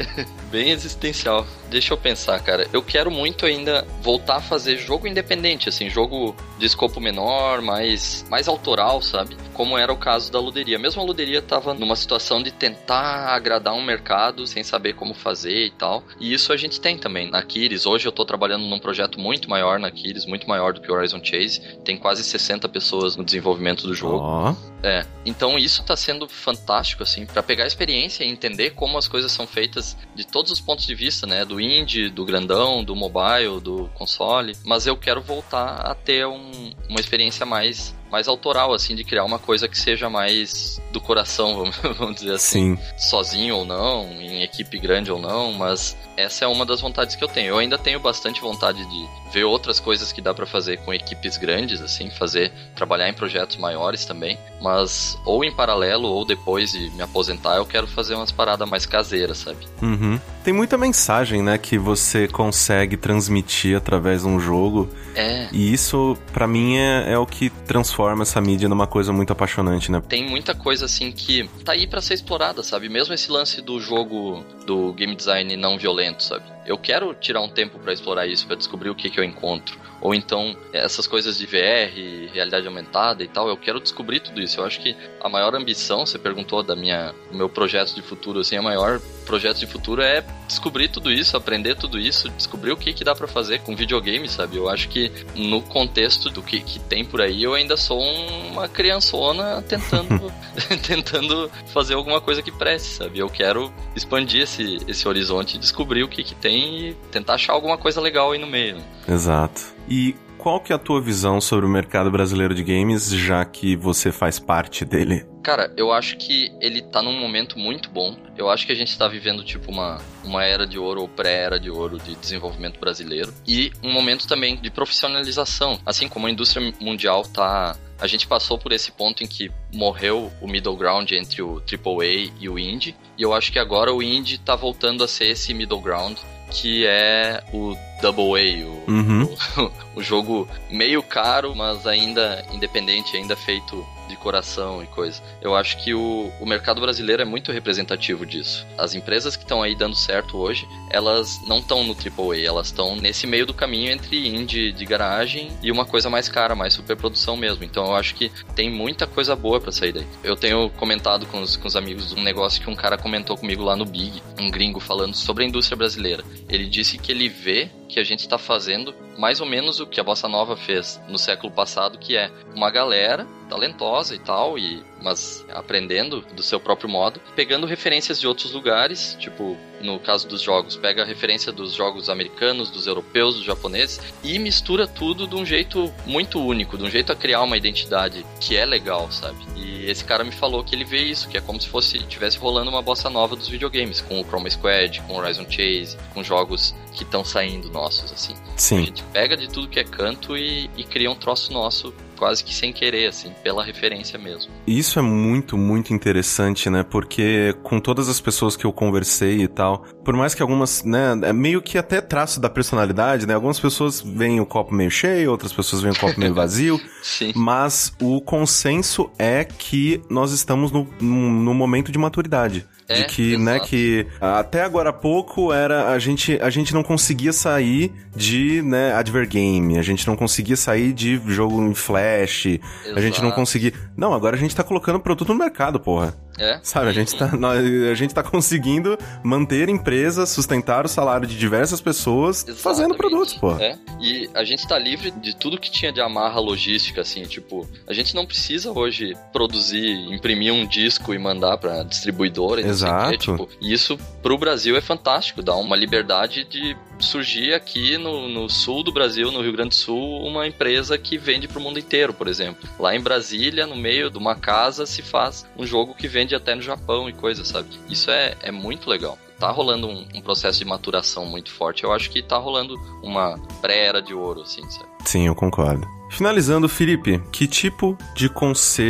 bem existencial. Deixa eu pensar, cara. Eu quero muito ainda voltar a fazer jogo independente, assim, jogo de escopo menor, mais, mais autoral, sabe? Como era o caso da Luderia. Mesmo a Luderia tava numa situação de tentar agradar um mercado sem saber como fazer e tal. E isso a gente tem também na Kyris. Hoje eu tô trabalhando num projeto muito maior na Kyris, muito maior do que o Horizon Chase. Tem quase sessenta pessoas no desenvolvimento do jogo. Oh. É, então isso tá sendo fantástico, assim, pra pegar a experiência e entender como as coisas são feitas de todos os pontos de vista, né? Do indie, do grandão, do mobile, do console. Mas eu quero voltar a ter um, uma experiência mais, mais autoral, assim, de criar uma coisa que seja mais do coração, vamos, vamos dizer assim. Sim. Sozinho ou não, em equipe grande ou não, mas essa é uma das vontades que eu tenho. Eu ainda tenho bastante vontade de ver outras coisas que dá pra fazer com equipes grandes, assim, fazer, trabalhar em projetos maiores também, mas ou em paralelo ou depois de me aposentar eu quero fazer umas paradas mais caseiras, sabe? Uhum. Tem muita mensagem, né, que você consegue transmitir através de um jogo. É. E isso, pra mim, é, é o que transforma essa mídia numa coisa muito apaixonante, né? Tem muita coisa, assim, que tá aí pra ser explorada, sabe? Mesmo esse lance do jogo, do game design não violento, sabe? Eu quero tirar um tempo pra explorar isso, pra descobrir o que que eu encontro. Ou então, essas coisas de V R, realidade aumentada e tal, eu quero descobrir tudo isso. Eu acho que a maior ambição, você perguntou da minha, do meu projeto de futuro, assim, a maior projeto de futuro é descobrir tudo isso, aprender tudo isso, descobrir o que que dá pra fazer com videogame, sabe? Eu acho que no contexto do que, que tem por aí, eu ainda sou uma criançona tentando, tentando fazer alguma coisa que preste, sabe? Eu quero expandir esse, esse horizonte, descobrir o que que tem e tentar achar alguma coisa legal aí no meio. Exato. E qual que é a tua visão sobre o mercado brasileiro de games, já que você faz parte dele? Cara, eu acho que ele tá num momento muito bom. Eu acho que a gente tá vivendo tipo uma, uma era de ouro ou pré-era de ouro de desenvolvimento brasileiro. E um momento também de profissionalização. Assim como a indústria mundial tá... A gente passou por esse ponto em que morreu o middle ground entre o triple A e o indie. E eu acho que agora o indie tá voltando a ser esse middle ground, que é o Double A, o, uhum. o, o jogo meio caro, mas ainda independente, ainda feito de coração e coisa. Eu acho que o, o mercado brasileiro é muito representativo disso. As empresas que estão aí dando certo hoje, elas não estão no triple A, elas estão nesse meio do caminho entre indie de garagem e uma coisa mais cara, mais superprodução mesmo. Então eu acho que tem muita coisa boa pra sair daí. Eu tenho comentado com os, com os amigos um negócio que um cara comentou comigo lá no Big, um gringo falando sobre a indústria brasileira. Ele disse que ele vê que a gente está fazendo mais ou menos o que a Bossa Nova fez no século passado, que é uma galera talentosa e tal, e, mas aprendendo do seu próprio modo, pegando referências de outros lugares, tipo, no caso dos jogos, pega a referência dos jogos americanos, dos europeus, dos japoneses, e mistura tudo de um jeito muito único, de um jeito a criar uma identidade que é legal, sabe? E esse cara me falou que ele vê isso, que é como se fosse, tivesse rolando uma bossa nova dos videogames, com o Chroma Squad, com o Horizon Chase, com jogos que estão saindo nossos, assim. Sim. A gente pega de tudo que é canto e, e cria um troço nosso quase que sem querer, assim, pela referência mesmo. Isso é muito, muito interessante, né? Porque com todas as pessoas que eu conversei e tal, por mais que algumas, né, é meio que até traço da personalidade, né? Algumas pessoas veem o copo meio cheio, outras pessoas veem o copo meio vazio. Sim. Mas o consenso é que nós estamos no, no, no momento de maturidade. É, de que, exato. né, que até agora há pouco era, a gente, a gente não conseguia sair de, né, advergame, a gente não conseguia sair de jogo em flash, exato. A gente não conseguia... Não, agora a gente tá colocando produto no mercado, porra. É. Sabe, a gente, tá, a gente tá conseguindo manter empresas, sustentar o salário de diversas pessoas. Exatamente. Fazendo produtos, pô. É. E a gente tá livre de tudo que tinha de amarra logística, assim, tipo, a gente não precisa hoje produzir, imprimir um disco e mandar pra distribuidora. E exato. Não sei o quê, tipo, e isso pro Brasil é fantástico, dá uma liberdade de surgir aqui no, no sul do Brasil, no Rio Grande do Sul, uma empresa que vende pro mundo inteiro, por exemplo. Lá em Brasília, no meio de uma casa, se faz um jogo que vende até no Japão e coisa, sabe? Isso é, é muito legal. Tá rolando um, um processo de maturação muito forte. Eu acho que tá rolando uma pré-era de ouro, assim, sabe? Sim, eu concordo. Finalizando, Felipe, que tipo de conselho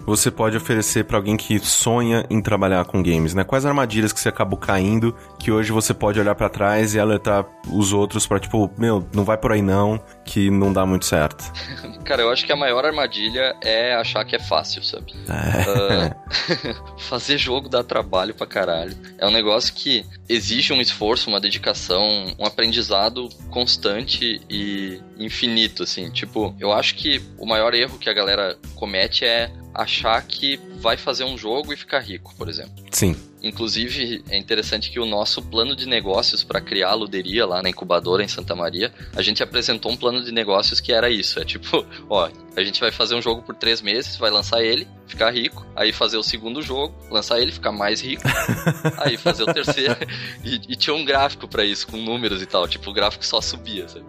você pode oferecer pra alguém que sonha em trabalhar com games, né? Quais armadilhas que você acabou caindo, que hoje você pode olhar pra trás e alertar os outros pra, tipo, meu, não vai por aí não, que não dá muito certo. Cara, eu acho que a maior armadilha é achar que é fácil, sabe? É. Uh, fazer jogo dá trabalho pra caralho. É um negócio que exige um esforço, uma dedicação, um aprendizado constante e infinito, assim. Tipo, eu acho que o maior erro que a galera comete é achar que vai fazer um jogo e ficar rico, por exemplo. Sim. Inclusive, é interessante que o nosso plano de negócios para criar a luderia lá na incubadora em Santa Maria, a gente apresentou um plano de negócios que era isso. É tipo, ó, a gente vai fazer um jogo por três meses, vai lançar ele, ficar rico, aí fazer o segundo jogo, lançar ele, ficar mais rico, aí fazer o terceiro. E, e tinha um gráfico para isso, com números e tal. Tipo, o gráfico só subia, sabe?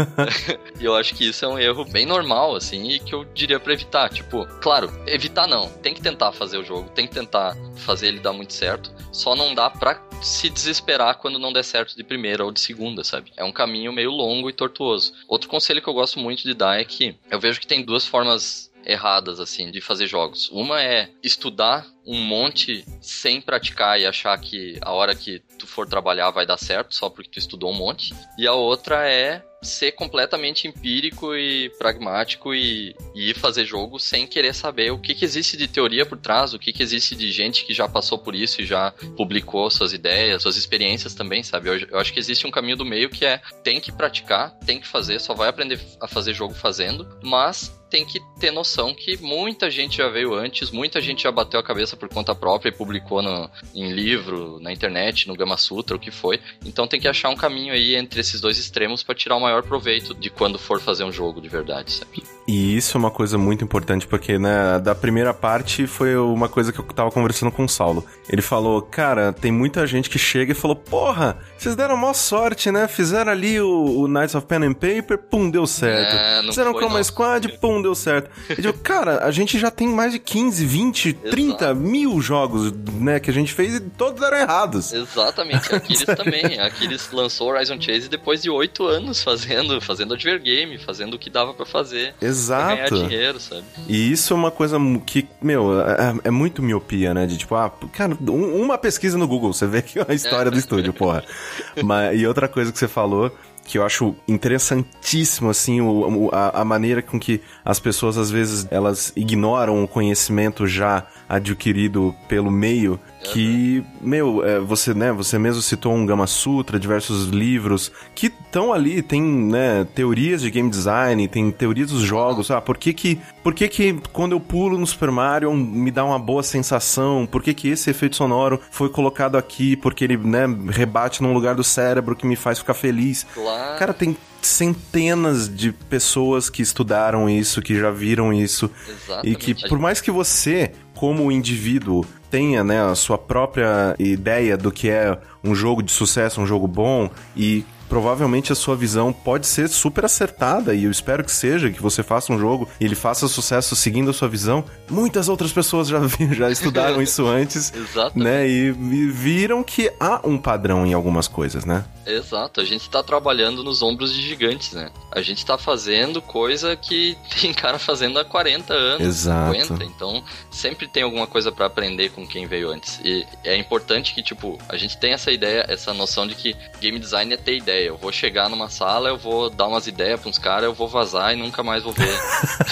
E eu acho que isso é um erro bem normal, assim, e que eu diria pra evitar. Tipo, claro, evitar não. Tem que tentar fazer o jogo, tem que tentar fazer ele dar muito certo. Só não dá pra se desesperar quando não der certo de primeira ou de segunda, sabe? É um caminho meio longo e tortuoso. Outro conselho que eu gosto muito de dar é que eu vejo que tem duas formas erradas, assim, de fazer jogos. Uma é estudar um monte sem praticar e achar que a hora que tu for trabalhar vai dar certo só porque tu estudou um monte. E a outra é ser completamente empírico e pragmático e, e ir fazer jogo sem querer saber o que, que existe de teoria por trás, o que, que existe de gente que já passou por isso e já publicou suas ideias, suas experiências também, sabe? Eu, eu acho que existe um caminho do meio que é tem que praticar, tem que fazer, só vai aprender a fazer jogo fazendo, mas tem que ter noção que muita gente já veio antes, muita gente já bateu a cabeça por conta própria e publicou no, em livro, na internet, no Gama Sutra, o que foi. Então tem que achar um caminho aí entre esses dois extremos para tirar o maior proveito de quando for fazer um jogo de verdade, sabe? E isso é uma coisa muito importante, porque, né, da primeira parte foi uma coisa que eu tava conversando com o Saulo. Ele falou, cara, tem muita gente que chega e falou, porra, vocês deram maior sorte, né? Fizeram ali o, o Knights of Pen and Paper, pum, deu certo. É, Fizeram o Chroma Squad, pum, deu certo. Eu digo, cara, a gente já tem mais de quinze, vinte, trinta mil jogos, né, que a gente fez e todos deram errados. Exatamente, Aquiles também. Aquiles lançou Horizon Chase depois de oito anos fazendo, fazendo advergame, fazendo o que dava pra fazer. Exato. Pra ganhar dinheiro, sabe? E isso é uma coisa que, meu, é, é muito miopia, né? De tipo, ah, cara, um, uma pesquisa no Google, você vê que é a história do estúdio, porra. Mas, e outra coisa que você falou, que eu acho interessantíssimo, assim, o, a, a maneira com que as pessoas, às vezes, elas ignoram o conhecimento já adquirido pelo meio, que, meu, é, você, né, você mesmo citou um Gama Sutra, diversos livros, que estão ali, tem, né, teorias de game design, tem teorias dos jogos, ah, por que que, por que que quando eu pulo no Super Mario me dá uma boa sensação, por que que esse efeito sonoro foi colocado aqui, porque ele, né, rebate num lugar do cérebro que me faz ficar feliz. Claro. Cara, tem centenas de pessoas que estudaram isso, que já viram isso. Exatamente. E que, por mais que você, como indivíduo, tenha, né, a sua própria ideia do que é um jogo de sucesso, um jogo bom, e provavelmente a sua visão pode ser super acertada, e eu espero que seja, que você faça um jogo e ele faça sucesso seguindo a sua visão. Muitas outras pessoas já, já estudaram isso antes, né, e, e viram que há um padrão em algumas coisas, né? Exato, a gente tá trabalhando nos ombros de gigantes, né? A gente tá fazendo coisa que tem cara fazendo há quarenta anos, Exato. cinquenta, então sempre tem alguma coisa pra aprender com quem veio antes. E é importante que, tipo, a gente tenha essa ideia, essa noção de que game design é ter ideia. Eu vou chegar numa sala, eu vou dar umas ideias pra uns caras, eu vou vazar e nunca mais vou ver.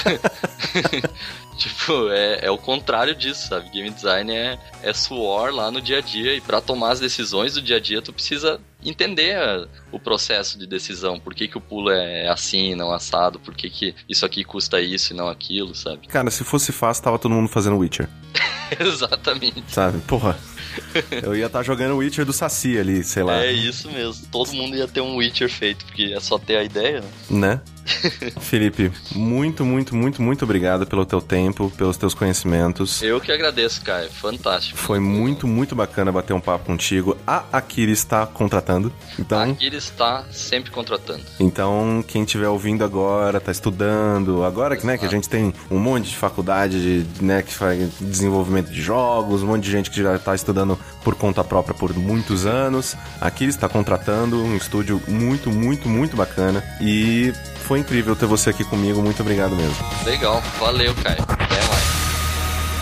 Tipo, é, é o contrário disso, sabe? Game design é, é suor lá no dia a dia, e pra tomar as decisões do dia a dia tu precisa entender a, o processo de decisão, por que que o pulo é assim, não assado, por que que isso aqui custa isso e não aquilo, sabe? Cara, se fosse fácil, tava todo mundo fazendo Witcher. Exatamente. Sabe? Porra. Eu ia estar tá jogando o Witcher do Saci ali, sei lá. É isso mesmo. Todo mundo ia ter um Witcher feito, porque é só ter a ideia, né? Né? Felipe, muito, muito, muito, muito obrigado pelo teu tempo, pelos teus conhecimentos. Eu que agradeço, cara. Fantástico. Foi muito, muito bacana bater um papo contigo. A Akira está contratando. Então... A Akira está sempre contratando. Então, quem estiver ouvindo agora, tá estudando, agora que, né, que a gente tem um monte de faculdade de, né, que faz desenvolvimento de jogos, um monte de gente que já tá estudando por conta própria por muitos anos. A Akira está contratando um estúdio muito, muito, muito bacana. E foi incrível ter você aqui comigo. Muito obrigado mesmo. Legal. Valeu, Caio. Até mais.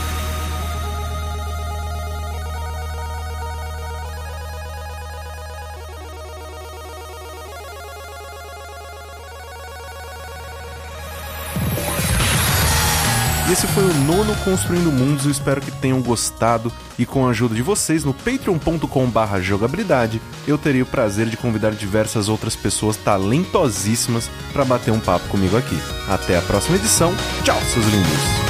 E esse foi o nono Construindo Mundos, eu espero que tenham gostado e com a ajuda de vocês no patreon ponto com barra jogabilidade eu teria o prazer de convidar diversas outras pessoas talentosíssimas para bater um papo comigo aqui. Até a próxima edição, tchau seus lindos!